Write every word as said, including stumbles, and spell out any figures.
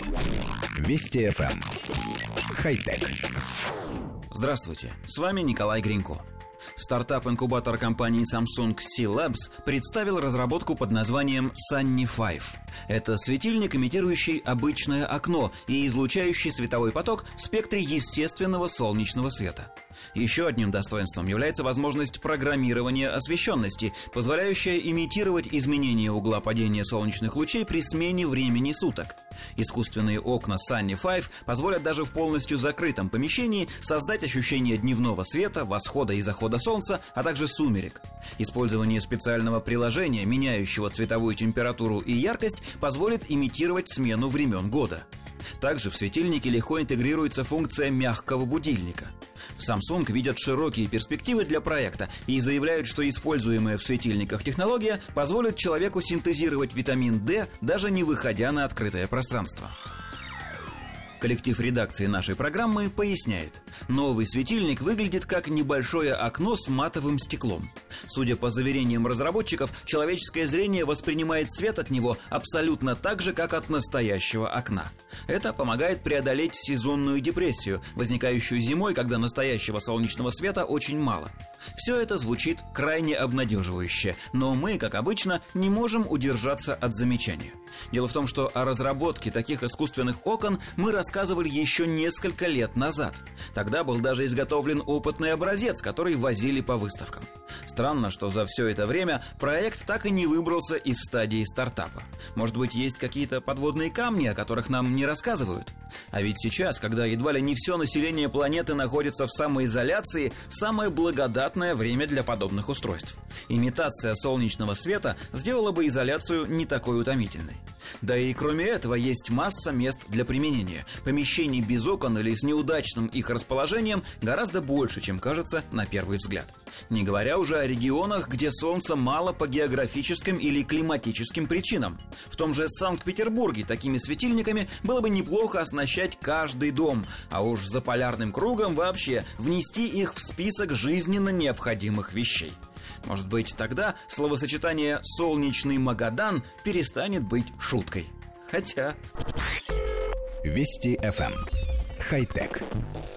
Вести эф эм. Хай-тек. Здравствуйте, с вами Николай Гринько. Стартап-инкубатор компании Samsung Sea Labs представил разработку под названием Sunny пять. Это светильник, имитирующий обычное окно и излучающий световой поток в спектре естественного солнечного света. Еще одним достоинством является возможность программирования освещенности, позволяющая имитировать изменение угла падения солнечных лучей при смене времени суток. Искусственные окна Sunny пять позволят даже в полностью закрытом помещении создать ощущение дневного света, восхода и захода солнца, а также сумерек. Использование специального приложения, меняющего цветовую температуру и яркость, позволит имитировать смену времен года. Также в светильнике легко интегрируется функция мягкого будильника. В Samsung видят широкие перспективы для проекта и заявляют, что используемая в светильниках технология позволит человеку синтезировать витамин D, даже не выходя на открытое пространство. Коллектив редакции нашей программы поясняет. Новый светильник выглядит как небольшое окно с матовым стеклом. Судя по заверениям разработчиков, человеческое зрение воспринимает свет от него абсолютно так же, как от настоящего окна. Это помогает преодолеть сезонную депрессию, возникающую зимой, когда настоящего солнечного света очень мало. Все это звучит крайне обнадеживающе, но мы, как обычно, не можем удержаться от замечания. Дело в том, что о разработке таких искусственных окон мы рассказывали еще несколько лет назад. Тогда был даже изготовлен опытный образец, который возили по выставкам. Странно, что за все это время проект так и не выбрался из стадии стартапа. Может быть, есть какие-то подводные камни, о которых нам не рассказывают? А ведь сейчас, когда едва ли не все население планеты находится в самоизоляции, самое благодатное время для подобных устройств. Имитация солнечного света сделала бы изоляцию не такой утомительной. Да и кроме этого есть масса мест для применения. Помещений без окон или с неудачным их расположением гораздо больше, чем кажется на первый взгляд. Не говоря уже о регионах, где солнца мало по географическим или климатическим причинам. В том же Санкт-Петербурге такими светильниками было бы неплохо оснащать каждый дом, а уж за полярным кругом вообще внести их в список жизненно необходимых вещей. Может быть, тогда словосочетание «солнечный Магадан» перестанет быть шуткой. Хотя... Вести эф эм. Хай-тек.